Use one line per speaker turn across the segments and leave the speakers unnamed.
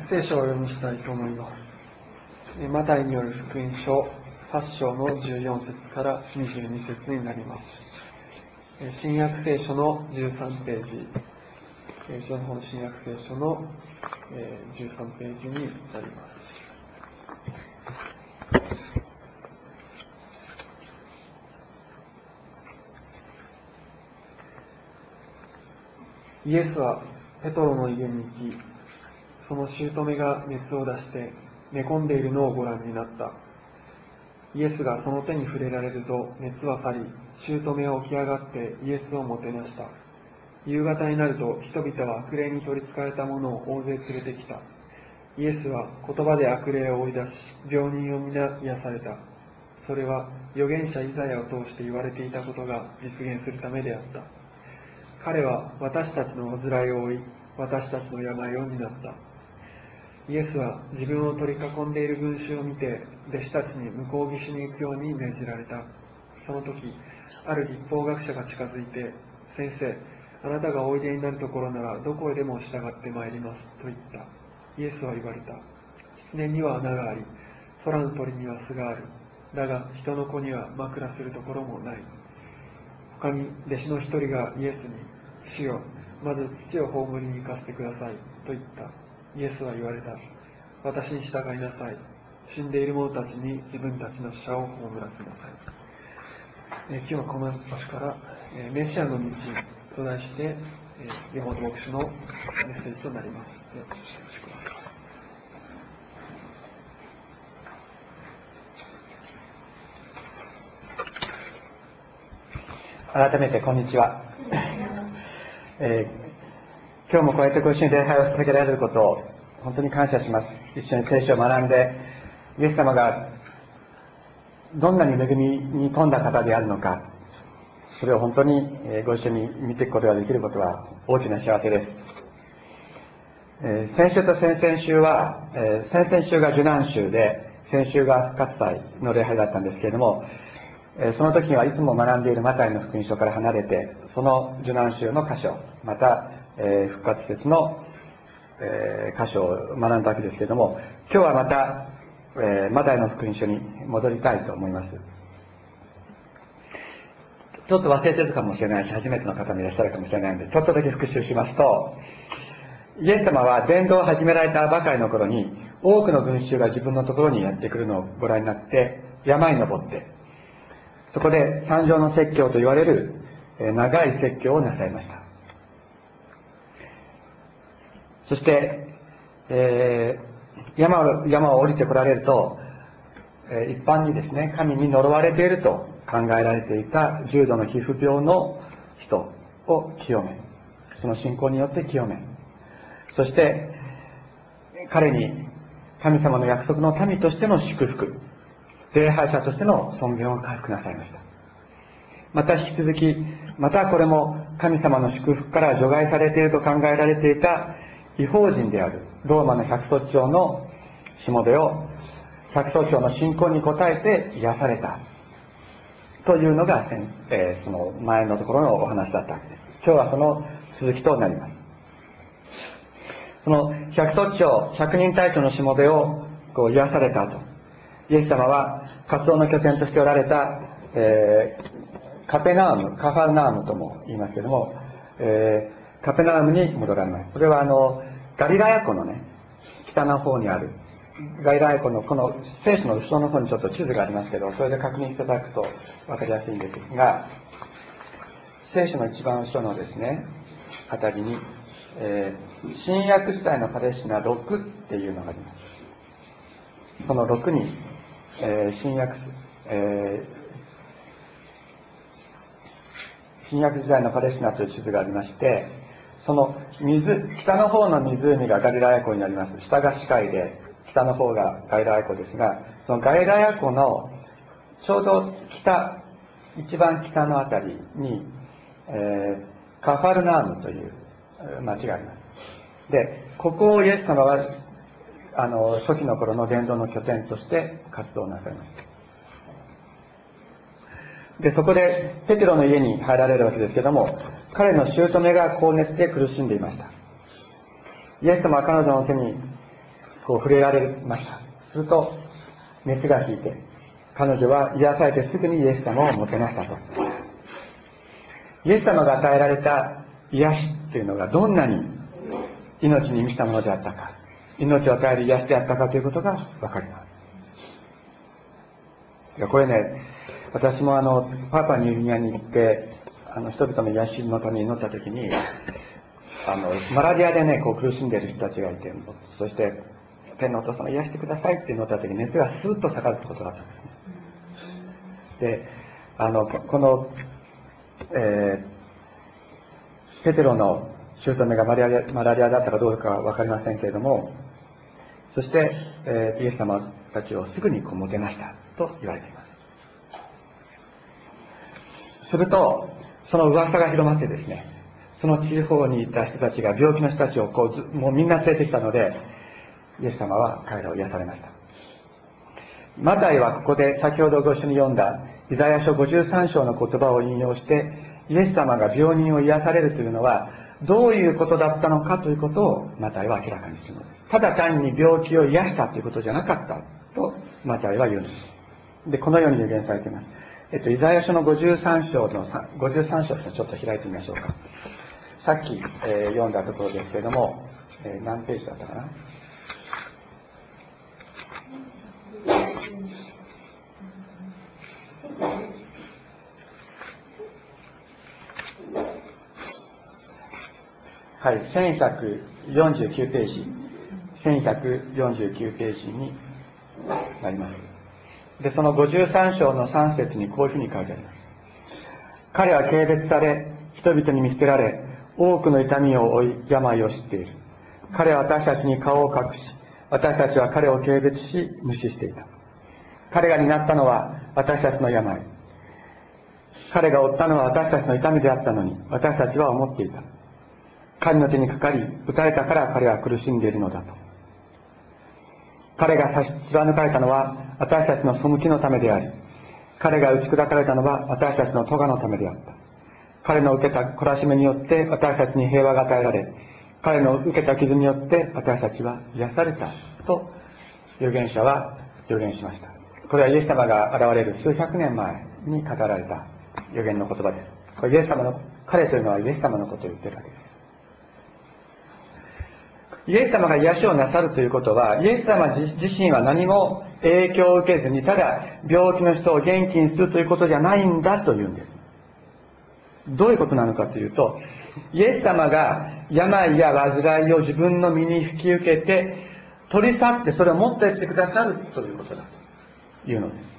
聖書をお読みしたいと思います。マタイによる福音書8章の14節から22節になります。新約聖書の13ページ、情報の新約聖書の13ページになります。イエスはペトロの家に行き、その姑が熱を出して寝込んでいるのをご覧になった。イエスがその手に触れられると熱は去り、姑は起き上がってイエスをもてなした。夕方になると人々は悪霊に取り憑かれた者を大勢連れてきた。イエスは言葉で悪霊を追い出し、病人を皆癒された。それは預言者イザヤを通して言われていたことが実現するためであった。彼は私たちの患いを負い、私たちの病を担った。イエスは自分を取り囲んでいる群衆を見て、弟子たちに向こう岸に行くように命じられた。その時、ある律法学者が近づいて、先生、あなたがおいでになるところならどこへでも従ってまいりますと言った。イエスは言われた。狐には穴があり、空の鳥には巣がある。だが人の子には枕するところもない。他に弟子の一人がイエスに、主よ、まず土を葬りに行かせてくださいと言った。イエスは言われた。私に従いなさい。死んでいる者たちに自分たちの死者を葬らせなさい。今日はこの場所からメシアの道と題して山本牧師のメッセージとなります。よろしくお願いします。
改めてこんにちは。今日もこうやってご一緒に礼拝を続けられることを本当に感謝します。一緒に聖書を学んで、イエス様がどんなに恵みに富んだ方であるのか、それを本当にご一緒に見ていくことができることは大きな幸せです。先週と先々週は、先々週が受難週で、先週が復活祭の礼拝だったんですけれども、その時にはいつも学んでいるマタイの福音書から離れて、その受難週の箇所、また、復活節の、箇所を学んだわけですけれども、今日はまた、マタイの福音書に戻りたいと思います。ちょっと忘れてるかもしれないし、初めての方もいらっしゃるかもしれないので、ちょっとだけ復習しますと、イエス様は伝道を始められたばかりの頃に、多くの群衆が自分のところにやってくるのをご覧になって、山に登って、そこで三条の説教と言われる長い説教をなさいました。そして、山を降りてこられると、一般にですね、神に呪われていると考えられていた重度の皮膚病の人を清め、その信仰によって清め、そして彼に神様の約束の民としての祝福、礼拝者としての尊厳を回復なさいました。また引き続き、またこれも神様の祝福から除外されていると考えられていた異邦人であるローマの百卒長のしもべを百卒長の信仰に応えて癒されたというのがその前のところのお話だったわけです。今日はその続きとなります。その百卒長、百人隊長のしもべを癒された後、イエス様は活動の拠点としておられた、カファルナームとも言いますけれども、カペナームに戻られます。それはガリラヤ湖のね、北の方にある、ガリラヤ湖のこの聖書の後ろの方にちょっと地図がありますけど、それで確認していただくと分かりやすいんですが、聖書の一番後ろのですね、あたりに、新約時代のパレスチナ6っていうのがあります。その6に、新約時代のパレスチナという地図がありまして、その北の方の湖がガリラヤ湖になります。下が死海で、北の方がガリラヤ湖ですが、そのガリラヤ湖のちょうど一番北のあたりに、カファルナームという町があります。で、ここをイエス様は初期の頃の伝道の拠点として活動なさいました。で、そこでペテロの家に入られるわけですけども、彼の姑が高熱で苦しんでいました。イエス様は彼女の手に触れられました。すると熱が引いて、彼女は癒されてすぐにイエス様をもてなしたと。イエス様が与えられた癒しというのがどんなに命に満ちたものであったか、命を与える癒しであったかということが分かります。これね、私もパパニューギニアに行って人々の癒しのために祈った時に、マラリアでね苦しんでいる人たちがいて、そして天のお父様癒してくださいって祈った時に熱がスーッと下がることがあったんですね。でこの、ペテロの姑がマラリアだったかどうかは分かりませんけれども、そして、イエス様たちをすぐにもてなしたと言われています。するとその噂が広まってですね、その地方にいた人たちが病気の人たちをもうみんな連れてきたので、イエス様は彼らを癒されました。マタイはここで先ほどご一緒に読んだイザヤ書53章の言葉を引用して、イエス様が病人を癒されるというのはどういうことだったのかということをマタイは明らかにするのです。ただ単に病気を癒したということじゃなかったとマタイは言うんです。でこのように予言されています。イザヤ書の53章の53章とちょっと開いてみましょうか。さっき、読んだところですけれども、何ページだったかな。はい、1149ページ、1149ページになります。で、その53章の3節にこういうふうに書いてあります。彼は軽蔑され、人々に見捨てられ、多くの痛みを負い、病を知っている。彼は私たちに顔を隠し、私たちは彼を軽蔑し、無視していた。彼が担ったのは私たちの病。彼が負ったのは私たちの痛みであったのに、私たちは思っていた。彼の手にかかり、打たれたから彼は苦しんでいるのだと。彼が貫かれたのは私たちの背きのためであり、彼が打ち砕かれたのは私たちの咎のためであった。彼の受けた懲らしめによって私たちに平和が与えられ、彼の受けた傷によって私たちは癒されたと預言者は預言しました。これはイエス様が現れる数百年前に語られた預言の言葉です。これイエス様の、彼というのはイエス様のことを言っているわけです。イエス様が癒しをなさるということは、イエス様自身は何も影響を受けずに、ただ病気の人を元気にするということじゃないんだというんです。どういうことなのかというと、イエス様が病や患いを自分の身に引き受けて、取り去ってそれを持っていってくださるということだというのです。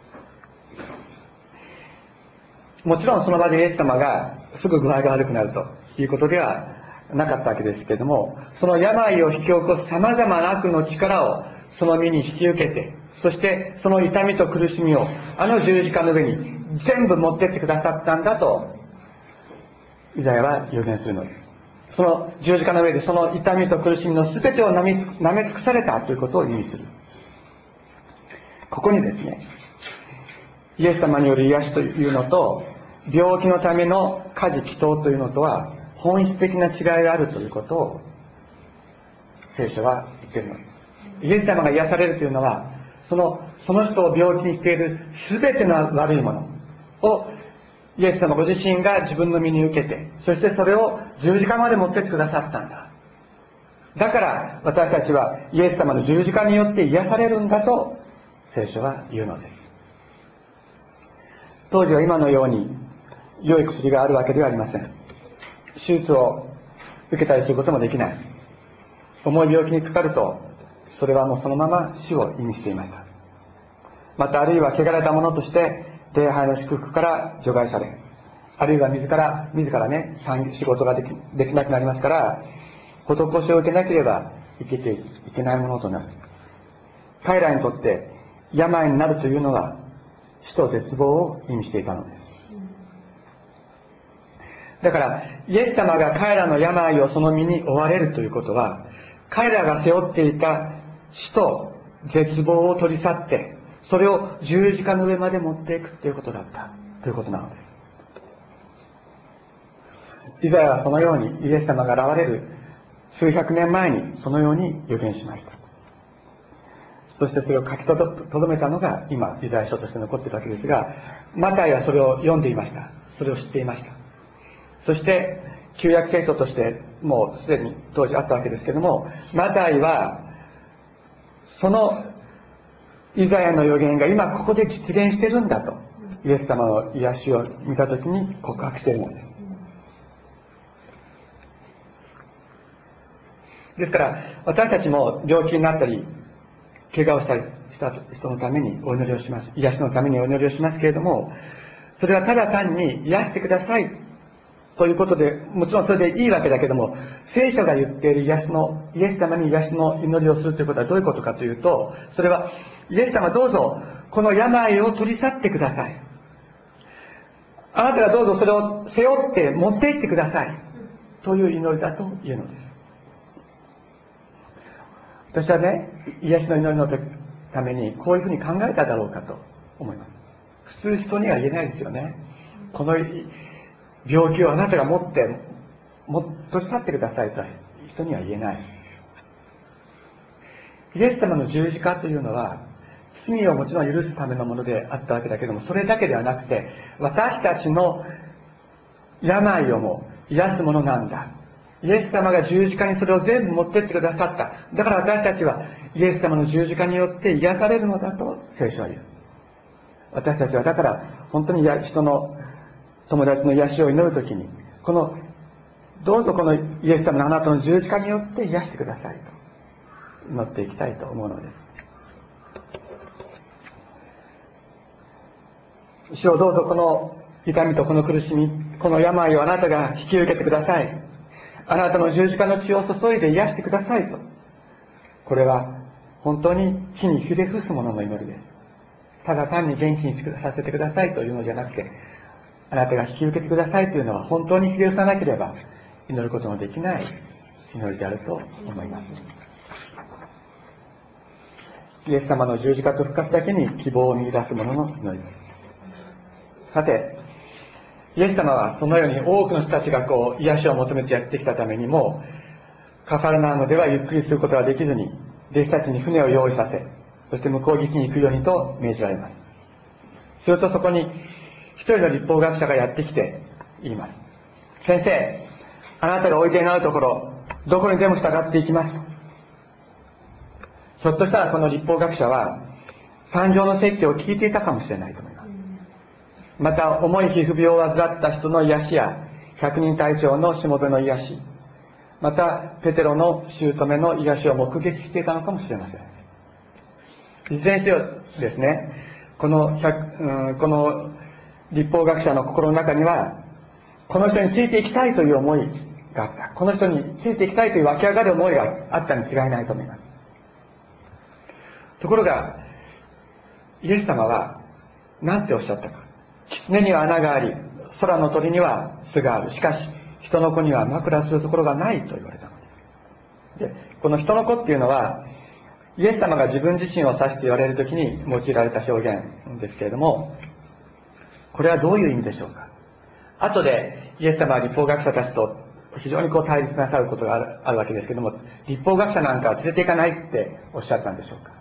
もちろんその場でイエス様がすぐ具合が悪くなるということではなかったわけですけれども、その病を引き起こす様々な悪の力をその身に引き受けて、そしてその痛みと苦しみを十字架の上に全部持ってってくださったんだとイザヤは予言するのです。その十字架の上でその痛みと苦しみの全てを舐め尽くされたということを意味する。ここにですね、イエス様による癒しというのと病気のための家事祈祷というのとは本質的な違いがあるということを聖書は言っているのです。イエス様が癒されるというのはその人を病気にしている全ての悪いものをイエス様ご自身が自分の身に受けて、そしてそれを十字架まで持ってってくださったんだ。だから私たちはイエス様の十字架によって癒されるんだと聖書は言うのです。当時は今のように良い薬があるわけではありません。手術を受けたりすることもできない。重い病気にかかるとそれはもうそのまま死を意味していました。またあるいは汚れたものとして礼拝の祝福から除外され、あるいは自らね仕事ができなくなりますから、施しを受けなければ生きていけないものとなる。彼らにとって病になるというのは死と絶望を意味していたのです。だからイエス様が彼らの病をその身に負われるということは、彼らが背負っていた死と絶望を取り去って、それを十字架の上まで持っていくということだったということなのです。イザヤはそのようにイエス様が現れる数百年前にそのように予言しました。 そしてそれを書きとどめたのが今イザヤ書として残っているわけですが、マタイはそれを読んでいました。それを知っていました。そして旧約聖書としてもうすでに当時あったわけですけれども、マタイはそのイザヤの予言が今ここで実現しているんだと、イエス様の癒しを見たときに告白しているのです。ですから私たちも病気になったり怪我をした人のためにお祈りをします。癒しのためにお祈りをしますけれども、それはただ単に癒してくださいということで、もちろんそれでいいわけだけども、聖書が言っているイエス様に癒しの祈りをするということはどういうことかというと、それはイエス様どうぞこの病を取り去ってください。あなたがどうぞそれを背負って持って行ってくださいという祈りだというのです。私はね、癒しの祈りのためにこういうふうに考えただろうかと思います。普通人には言えないですよね。この病気をあなたが持って取り去ってくださいと人には言えない。イエス様の十字架というのは罪をもちろん許すためのものであったわけだけども、それだけではなくて私たちの病をも癒すものなんだ。イエス様が十字架にそれを全部持ってってくださった。だから私たちはイエス様の十字架によって癒されるのだと聖書は言う。私たちはだから本当に人の友達の癒しを祈るときに、どうぞこのイエス様のあなたの十字架によって癒してくださいと祈っていきたいと思うのです。主をどうぞこの痛みとこの苦しみ、この病をあなたが引き受けてください。あなたの十字架の血を注いで癒してくださいと。これは本当に地にひれ伏すものの祈りです。ただ単に元気にさせてくださいというのじゃなくて、あなたが引き受けてくださいというのは本当にひれ伏さなければ祈ることのできない祈りであると思います。イエス様の十字架と復活だけに希望を見出すものの祈りです。さて、イエス様はそのように多くの人たちが癒しを求めてやってきたためにも、カファルナウムではゆっくりすることができずに、弟子たちに船を用意させ、そして向こう岸に行くようにと命じられます。するとそこに一人の立法学者がやってきて言います。先生、あなたがおいでになるところ、どこにでも従っていきますと。ひょっとしたらこの立法学者は三条の説教を聞いていたかもしれないと思います。また重い皮膚病を患った人の癒しや百人隊長のしもべの癒し、またペテロの姑の癒しを目撃していたのかもしれません。いずれにせよですね、この立法学者の心の中にはこの人についていきたいという思いがあった。この人についていきたいという湧き上がる思いがあったに違いないと思います。ところがイエス様は何ておっしゃったか。狐には穴があり、空の鳥には巣がある。しかし人の子には枕するところがないと言われたのです。で、この人の子っていうのはイエス様が自分自身を指して言われるときに用いられた表現ですけれども、これはどういう意味でしょうか。後でイエス様は立法学者たちと非常に対立なさることがあるわけですけれども、立法学者なんかは連れていかないっておっしゃったんでしょうか。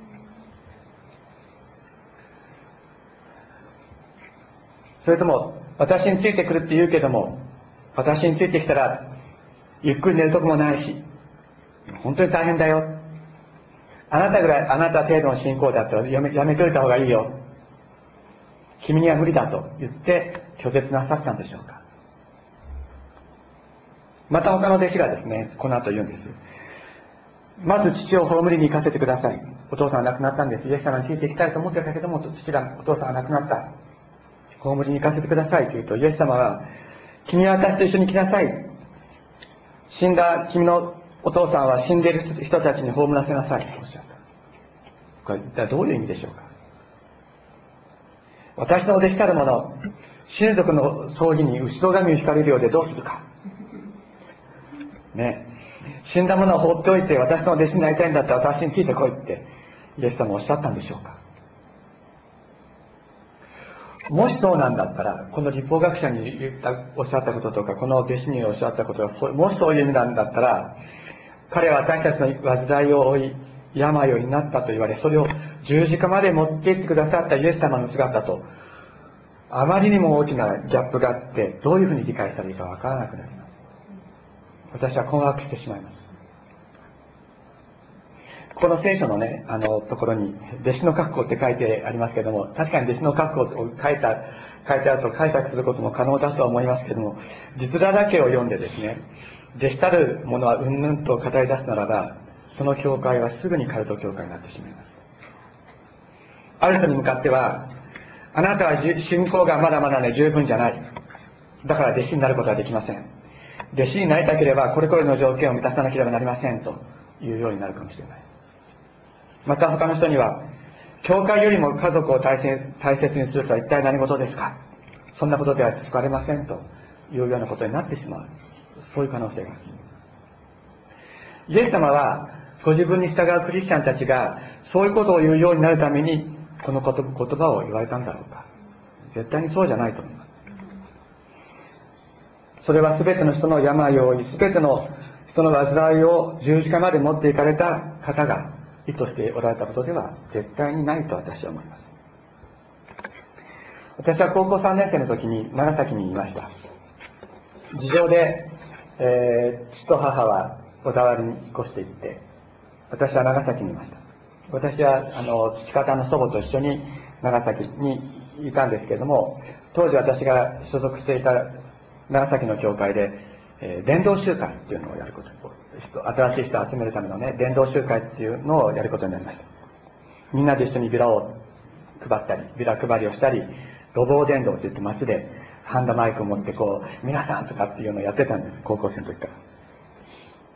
それとも私についてくるって言うけども、私についてきたらゆっくり寝るとこもないし本当に大変だよ、あなた程度の信仰だったらやめといた方がいいよ、君には無理だと言って拒絶なさったんでしょうか。また他の弟子がですね、この後言うんです。まず父を葬りに行かせてください。お父さんは亡くなったんです。イエス様についていきたいと思ってたけども、お父さんは亡くなった。葬りに行かせてくださいと言うと、イエス様は、君は私と一緒に来なさい。死んだ君のお父さんは死んでいる人たちに葬らせなさいとおっしゃった。これ一体どういう意味でしょうか。私の弟子たる者、親族の葬儀に後ろ髪を引かれるようでどうするか。ね、死んだ者を放っておいて私の弟子になりたいんだったら私についてこいってイエス様おっしゃったんでしょうか。もしそうなんだったら、この立法学者におっしゃったこととか、この弟子におっしゃったことがもしそういう意味なんだったら、彼は私たちの患いを負い病になったと言われ、それを十字架まで持って行ってくださったイエス様の姿と、あまりにも大きなギャップがあって、どういうふうに理解したらいいかわからなくなります。私は困惑してしまいます。この聖書のね、ところに、弟子の覚悟って書いてありますけども、確かに弟子の覚悟を書いてあると解釈することも可能だとは思いますけども、実話だけを読んでですね、弟子たる者はうんぬんと語り出すならば、その教会はすぐにカルト教会になってしまいます。ある人に向かっては、あなたは信仰がまだまだね、十分じゃない。だから弟子になることはできません。弟子になりたければ、これこれの条件を満たさなければなりませんというようになるかもしれない。また他の人には、教会よりも家族を大切にするとは一体何事ですか。そんなことでは救われませんというようなことになってしまう。そういう可能性がある。イエス様は、ご自分に従うクリスチャンたちが、そういうことを言うようになるために、この言葉を言われたんだろうか。絶対にそうじゃないと思います。それは全ての人の病を負い、全ての人の患いを十字架まで持っていかれた方が意図しておられたことでは絶対にないと私は思います。私は高校3年生の時に長崎にいました。事情で、父と母は小田原に引っ越していって、私は長崎にいました。私は父方の祖母と一緒に長崎にいたんですけれども、当時私が所属していた長崎の教会で、伝道集会っていうのをやること新しい人を集めるためのね、伝道集会っていうのをやることになりました。みんなで一緒にビラを配ったり、ビラ配りをしたり、路傍伝道といって街でハンダマイクを持ってこう、皆さんとかっていうのをやってたんです、高校生の時から。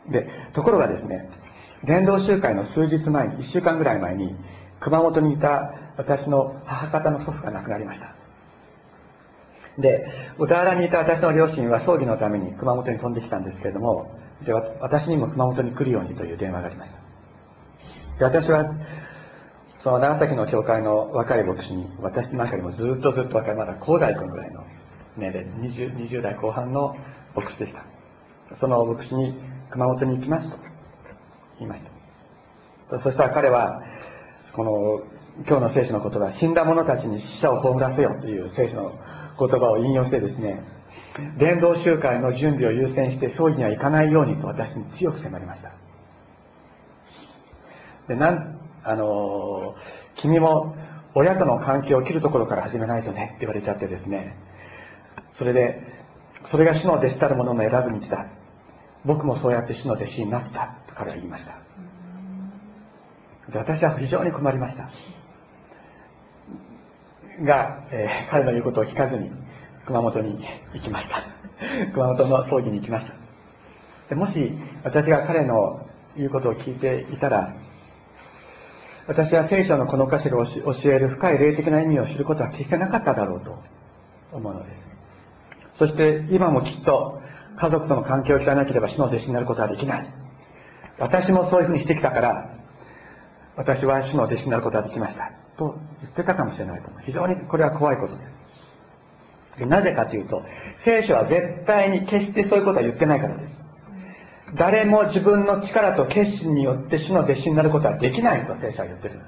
で、ところがですね、伝道集会の数日前に、1週間ぐらい前に、熊本にいた私の母方の祖父が亡くなりました。で、小田原にいた私の両親は葬儀のために熊本に飛んできたんですけれども、で、私にも熊本に来るようにという電話がありました。で、私は、その長崎の教会の若い牧師に、私なんかよりもずっと若い、まだ高大君ぐらいの年齢、20代後半の牧師でした。その牧師に熊本に行きますと言いました。そしたら彼は、この今日の聖書の言葉、死んだ者たちに死者を葬らせよという聖書の言葉を引用してですね、伝道集会の準備を優先して葬儀には行かないようにと私に強く迫りました。で、君も親との関係を切るところから始めないとねって言われちゃってですね、それが主の弟子たる者の選ぶ道だ。僕もそうやって主の弟子になったと彼は言いました。で、私は非常に困りました。が、彼の言うことを聞かずに熊本に行きました。熊本の葬儀に行きました。で、もし私が彼の言うことを聞いていたら、私は聖書のこの箇所が教える深い霊的な意味を知ることは決してなかっただろうと思うのです。そして今もきっと家族との関係を切らなければ主の弟子になることはできない。私もそういうふうにしてきたから、私は主の弟子になることができました。と言ってたかもしれないと思う。非常にこれは怖いことです。で、なぜかというと、聖書は絶対に決してそういうことは言ってないからです。誰も自分の力と決心によって主の弟子になることはできないと聖書は言ってるのです。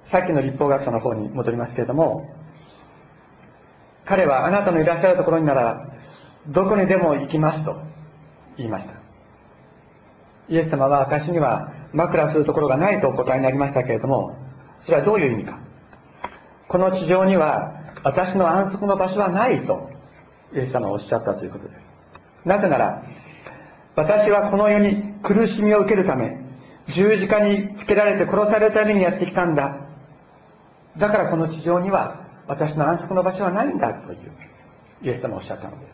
さっきの立法学者の方に戻りますけれども、彼はあなたのいらっしゃるところにならどこにでも行きますと言いました。イエス様は私には枕するところがないとお答えになりましたけれども、それはどういう意味か。この地上には私の安息の場所はないとイエス様はおっしゃったということです。なぜなら、私はこの世に苦しみを受けるため、十字架につけられて殺されるためにやってきたんだ。だからこの地上には私の安息の場所はないんだというイエス様はおっしゃったのです。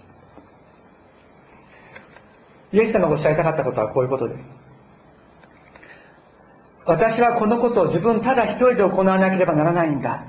イエス様がおっしゃりたかったことはこういうことです。私はこのことを自分ただ一人で行わなければならないんだ。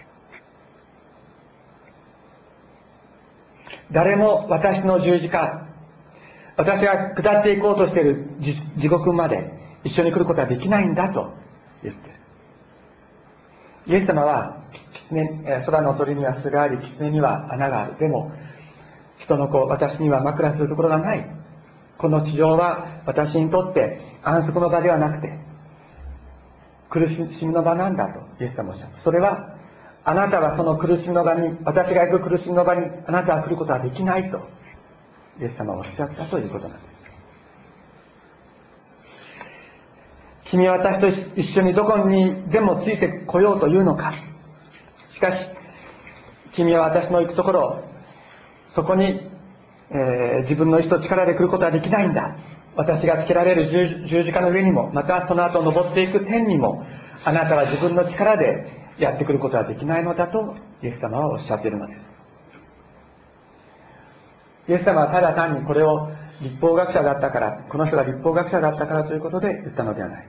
誰も私の十字架、私が下っていこうとしている地獄まで一緒に来ることはできないんだと言っている。イエス様は、空の鳥には巣があり、狐には穴がある。でも、人の子、私には枕するところがない。 この地上は私にとって安息の場ではなくて苦しみの場なんだとイエス様はおっしゃった。それはあなたはその苦しみの場に、私が行く苦しみの場にあなたは来ることはできないとイエス様はおっしゃったということなんです。君は私と一緒にどこにでもついてこようというのか。しかし君は私の行くところ、そこに、自分の意志と力で来ることはできないんだ。私がつけられる十字架の上にも、またその後登っていく天にも、あなたは自分の力でやってくることはできないのだとイエス様はおっしゃっているのです。イエス様はただ単にこれを律法学者だったから、この人が律法学者だったからということで言ったのではない。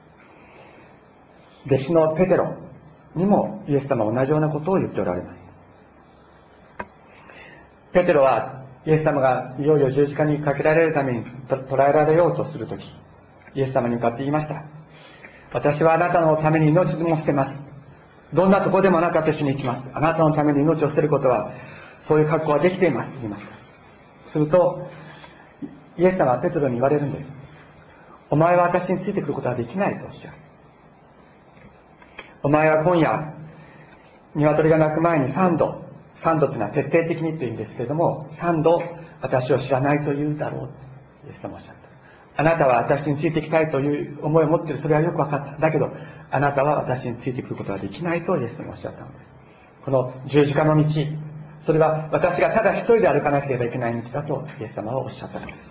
弟子のペテロにもイエス様は同じようなことを言っておられます。ペテロはイエス様がいよいよ十字架にかけられるために捕らえられようとするとき、イエス様に向かって言いました。私はあなたのために命も捨てます。どんなところでもあなたと一緒に行きます。あなたのために命を捨てることは、そういう覚悟はできていますと言いました。すると、イエス様はペテロに言われるんです。お前は私についてくることはできないとおっしゃる。お前は今夜、鶏が鳴く前に3度というのは徹底的にという意味ですけれども、3度私を知らないと言うだろうとイエス様はおっしゃった。あなたは私についていきたいという思いを持っている。それはよく分かった。だけど、あなたは私についてくることはできないとイエス様はおっしゃったのです。この十字架の道、それは私がただ一人で歩かなければいけない道だとイエス様はおっしゃったのです。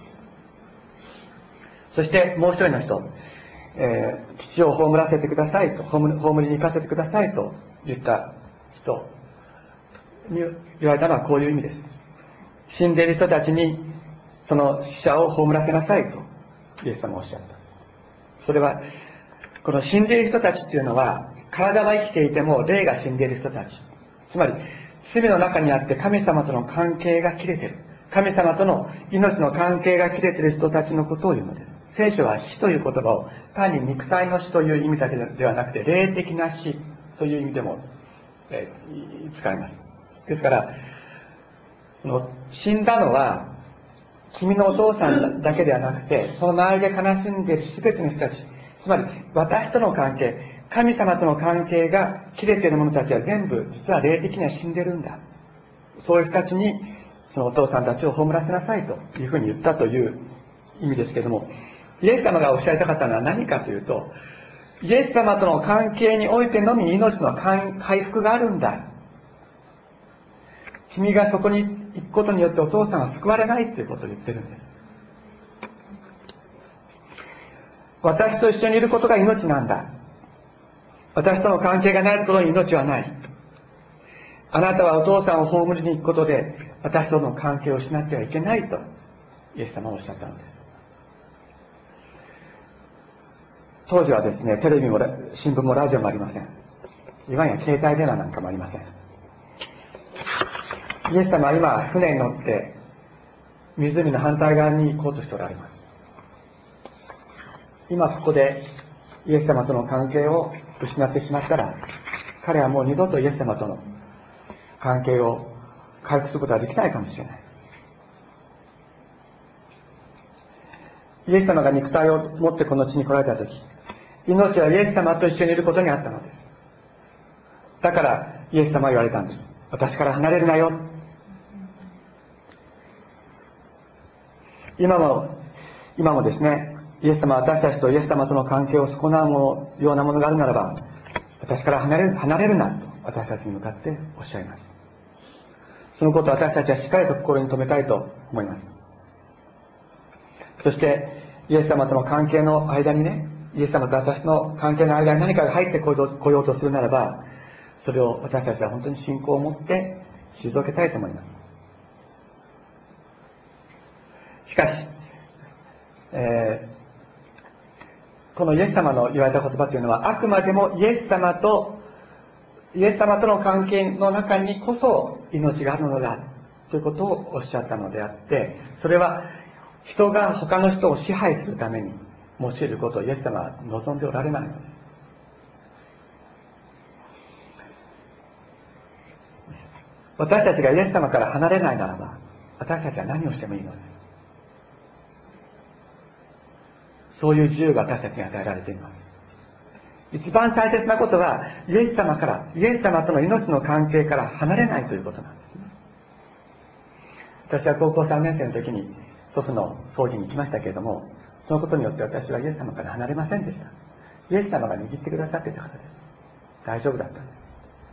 そしてもう一人の人、父を葬らせてくださいと、葬りに行かせてくださいと言った人に言われたのはこういう意味です。死んでいる人たちにその死者を葬らせなさいとイエス様はおっしゃった。それはこの死んでいる人たちというのは、体は生きていても霊が死んでいる人たち、つまり罪の中にあって神様との関係が切れている、神様との命の関係が切れている人たちのことを言うのです。聖書は死という言葉を単に肉体の死という意味だけではなくて、霊的な死という意味でも、使います。ですから、その死んだのは君のお父さんだけではなくて、その周りで悲しんでいる全ての人たち、つまり私との関係、神様との関係が切れている者たちは全部実は霊的には死んでるんだ。そういう人たちにそのお父さんたちを葬らせなさいというふうに言ったという意味ですけれども、イエス様がおっしゃりたかったのは何かというと、イエス様との関係においてのみ命の回復があるんだ。君がそこに行くことによってお父さんは救われないということを言ってるんです。私と一緒にいることが命なんだ。私との関係がないところに命はない。あなたはお父さんを葬りに行くことで私との関係を失ってはいけないとイエス様はおっしゃったのです。当時はですね、テレビも新聞もラジオもありません。いわゆる携帯電話なんかもありません。イエス様は今船に乗って湖の反対側に行こうとしておられます。今ここでイエス様との関係を失ってしまったら、彼はもう二度とイエス様との関係を回復することはできないかもしれない。イエス様が肉体を持ってこの地に来られたとき、命はイエス様と一緒にいることにあったのです。だからイエス様は言われたんです。私から離れるなよ。今もですね、イエス様は私たちとイエス様との関係を損なうようなものがあるならば、私から離れるなと私たちに向かっておっしゃいます。そのことを私たちはしっかりと心に留めたいと思います。そしてイエス様との関係の間にね、イエス様と私の関係の間に何かが入ってこようとするならば、それを私たちは本当に信仰を持って退けたいと思います。しかし、このイエス様の言われた言葉というのは、あくまでもイエス様との関係の中にこそ命があるのだということをおっしゃったのであって、それは人が他の人を支配するために用いることをイエス様は望んでおられないのです。私たちがイエス様から離れないならば、私たちは何をしてもいいのです。 そういう自由が私たちに与えられています。一番大切なことは、イエス様との命の関係から離れないということなんですね。私は高校3年生の時に祖父の葬儀に行きましたけれども、そのことによって私はイエス様から離れませんでした。イエス様が握ってくださっていた方です。大丈夫だったんです。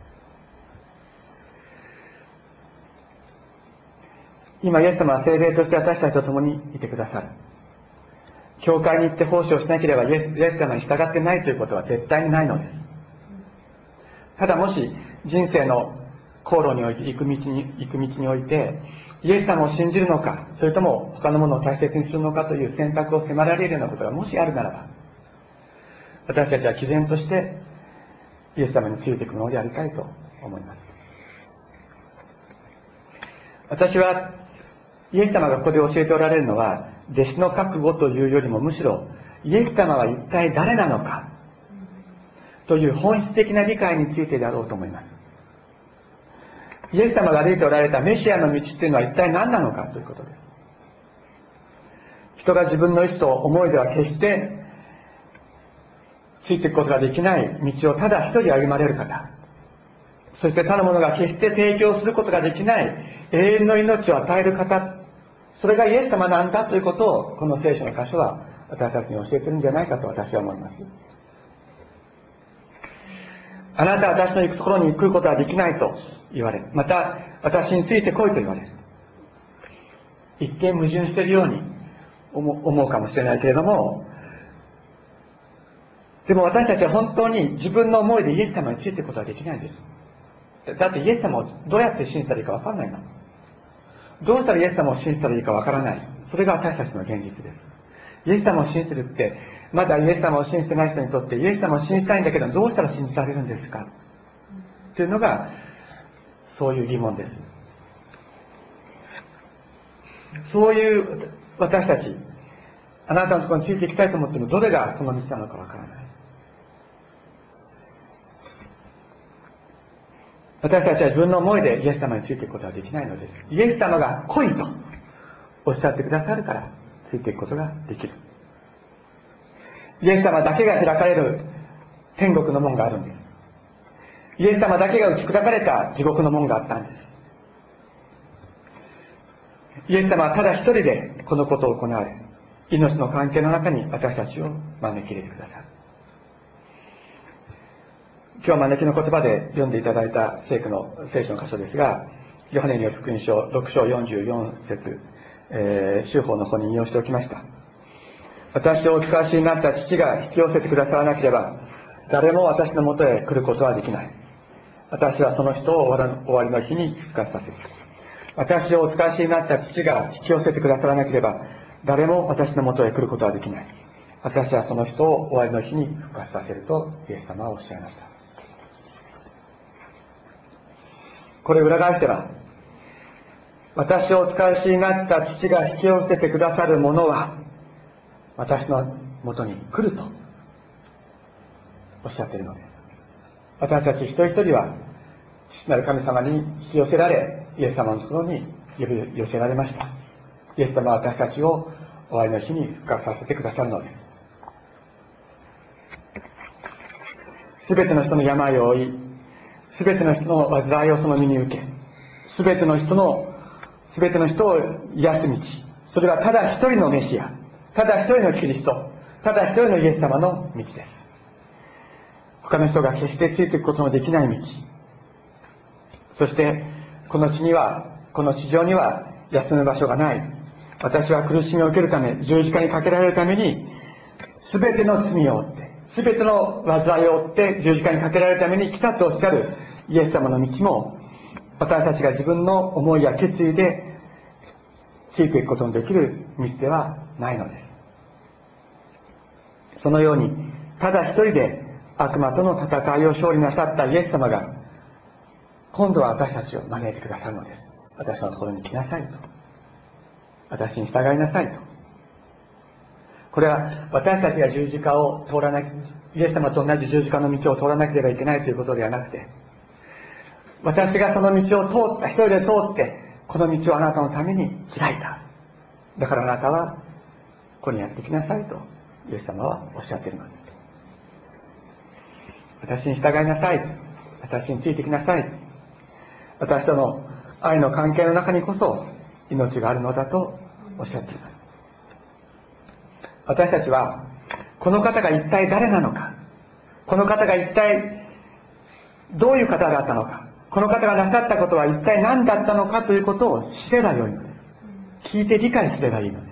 今イエス様は聖霊として私たちと共にいてくださる。教会に行って奉仕をしなければイエス様に従ってないということは絶対にないのです。ただもし人生の航路において行く道においてイエス様を信じるのか、それとも他のものを大切にするのかという選択を迫られるようなことがもしあるならば、私たちは毅然としてイエス様についていくものでありたいと思います。私はイエス様がここで教えておられるのは、弟子の覚悟というよりもむしろイエス様は一体誰なのかという本質的な理解についてであろうと思います。イエス様が歩いておられたメシアの道というのは一体何なのかということです。人が自分の意思と思いでは決してついていくことができない道をただ一人歩まれる方、そして他の者が決して提供することができない永遠の命を与える方、それがイエス様なんだということをこの聖書の箇所は私たちに教えているんじゃないかと私は思います。あなたは私の行くところに来ることはできないと言われ、また私について来いと言われる。一見矛盾しているように思うかもしれないけれども、でも私たちは本当に自分の思いでイエス様についていくことはできないんです。だってイエス様をどうやって信じたらいいか分からないの。どうしたらイエス様を信じたらいいか分からない。それが私たちの現実です。イエス様を信じてるって、まだイエス様を信じてない人にとって、イエス様を信じたいんだけどどうしたら信じられるんですかというのがそういう疑問です。そういう私たち、あなたのところについていきたいと思ってもどれがその道なのか分からない。私たちは自分の思いでイエス様についていくことはできないのです。イエス様が来いとおっしゃってくださるからついていくことができる。イエス様だけが開かれる天国の門があるんです。イエス様だけが打ち砕かれた地獄の門があったんです。イエス様はただ一人でこのことを行われ、命の関係の中に私たちを招き入れてくださる。今日招きの言葉で読んでいただいた聖書の箇所ですが、ヨハネによる福音書6章44節、修法の方に引用しておきました。私をお使わしになった父が引き寄せてくださらなければ誰も私のもとへ来ることはできない。私はその人を終わりの日に復活させる。私をお使わしになった父が引き寄せてくださらなければ誰も私のもとへ来ることはできない。私はその人を終わりの日に復活させるとイエス様はおっしゃいました。これ裏返しては、私をお使わしになった父が引き寄せてくださる者は私のもとに来るとおっしゃっているのです。私たち一人一人は父なる神様に引き寄せられ、イエス様のところに呼び寄せられました。イエス様は私たちを終わりの日に復活させてくださるのです。すべての人の病を負い、すべての人の災いをその身に受け、すべての人を癒す道、それはただ一人のメシア、ただ一人のキリスト、ただ一人のイエス様の道です。他の人が決してついていくことのできない道、そしてこの地上には休む場所がない。私は苦しみを受けるため、十字架にかけられるために全ての罪を負って、全ての災いを負って十字架にかけられるために来たとおっしゃるイエス様の道も、私たちが自分の思いや決意でついていくことのできる道ではないのです。そのようにただ一人で悪魔との戦いを勝利なさったイエス様が今度は私たちを招いてくださるのです。私のところに来なさいと、私に従いなさいと。これは私たちが十字架を通らない、イエス様と同じ十字架の道を通らなければいけないということではなくて、私がその道を通った、一人で通ってこの道をあなたのために開いた。だからあなたはここにやってきなさいとイエス様はおっしゃっているのです。私に従いなさい。私についてきなさい。私との愛の関係の中にこそ命があるのだとおっしゃっています。私たちはこの方が一体誰なのか、この方が一体どういう方だったのか、この方がなさったことは一体何だったのかということを知ればよいのです。聞いて理解すればいいのです。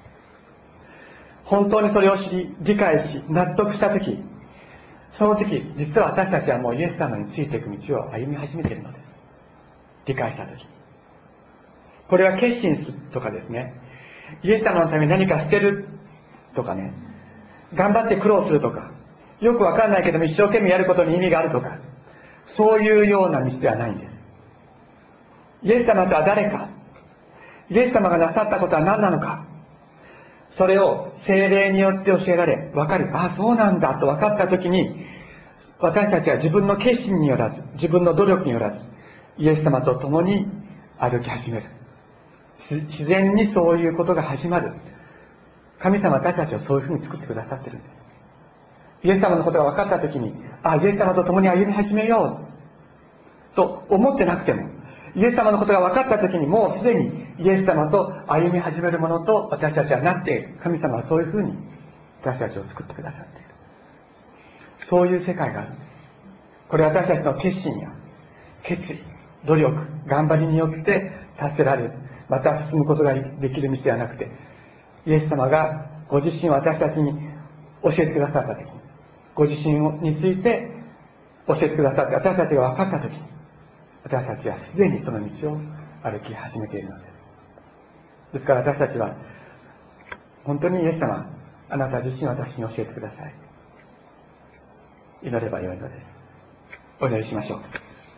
本当にそれを知り理解し納得したとき、その時実は私たちはもうイエス様についていく道を歩み始めているのです。理解したとき、これは決心するとかですね、イエス様のために何か捨てるとかね、頑張って苦労するとか、よくわかんないけども一生懸命やることに意味があるとか、そういうような道ではないんです。イエス様とは誰か、イエス様がなさったことは何なのか、それを聖霊によって教えられ分かる、ああそうなんだと分かったときに、私たちは自分の決心によらず、自分の努力によらず、イエス様と共に歩き始める。自然にそういうことが始まる。神様は私たちをそういうふうに作ってくださっているんです。イエス様のことが分かったときに、ああイエス様と共に歩み始めようと思ってなくても、イエス様のことが分かったときにもうすでにイエス様と歩み始めるものと私たちはなっている。神様はそういうふうに私たちを作ってくださっている。そういう世界があるんです。これは私たちの決心や決意、努力、頑張りによって達せられる、また進むことができる道ではなくて、イエス様がご自身を私たちに教えてくださったときに、ご自身について教えてくださって私たちが分かったときに、私たちはすでにその道を歩き始めているのです。ですから私たちは本当にイエス様、あなた自身を私に教えてください。祈ればよいのです。お祈りしましょう。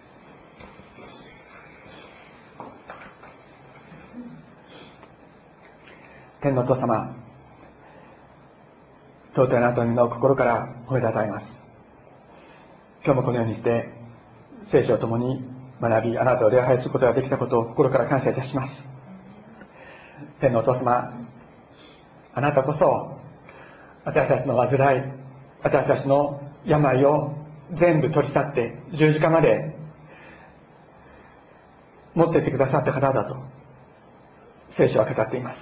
天のお父様、尊いあなたの皆を心から褒めたたえます。今日もこのようにして聖書を共に学び、あなたを礼拝することができたことを心から感謝いたします。天のお父様、あなたこそ私たちの患い、私たちの病を全部取り去って十字架まで持っていってくださった方だと聖書は語っています。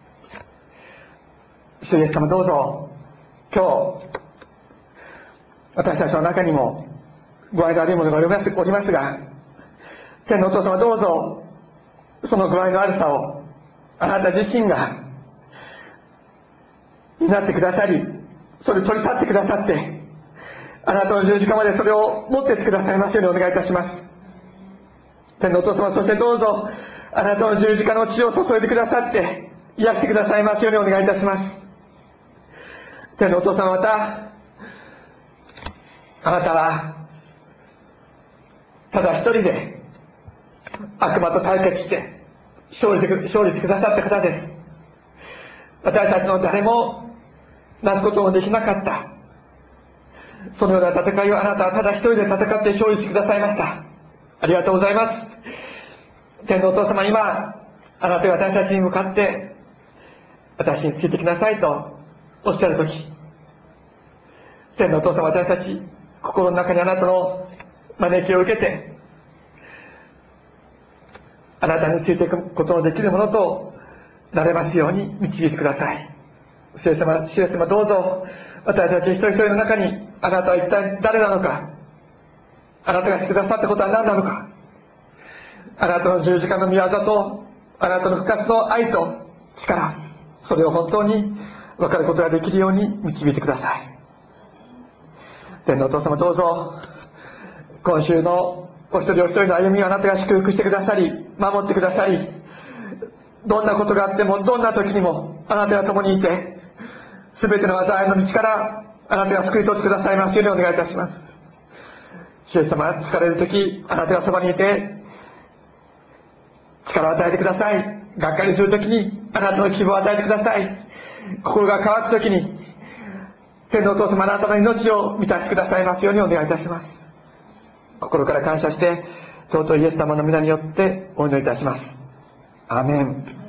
主イエス様、どうぞ今日私たちの中にも具合の悪いものがおりますが、天のお父様、どうぞその具合の悪さをあなた自身が担ってくださり、それを取り去ってくださって、あなたの十字架までそれを持っていってくださいますようにお願いいたします。天のお父様、そしてどうぞあなたの十字架の血を注いでくださって癒してくださいますようにお願いいたします。天のお父様、またあなたはただ一人で悪魔と対決して勝利してくださった方です。私たちの誰もなすこともできなかったそのような戦いをあなたはただ一人で戦って勝利してくださいました。ありがとうございます。天のお父様、今あなたが私たちに向かって私についてきなさいとおっしゃるとき、天のお父様、私たち心の中にあなたの招きを受けてあなたについていくことのできるものとなれますように導いてください。主イエス様、どうぞ私たち一人一人の中にあなたは一体誰なのか、あなたがしてくださったことは何なのか、あなたの十字架の御業とあなたの復活の愛と力、それを本当に分かることができるように導いてください。天のお父様、どうぞ今週のお一人お一人の歩みをあなたが祝福してくださり守ってくださり、どんなことがあってもどんな時にもあなたが共にいて、全ての災いの道からあなたが救い取ってくださいますようにお願いいたします。主イエス様、疲れる時あなたがそばにいて力を与えてください。がっかりする時にあなたの希望を与えてください。心が乾く時に天のお父様、あなたの命を満たしてくださいますようにお願いいたします。心から感謝して尊いイエス様の皆によってお祈りいたします。アーメン。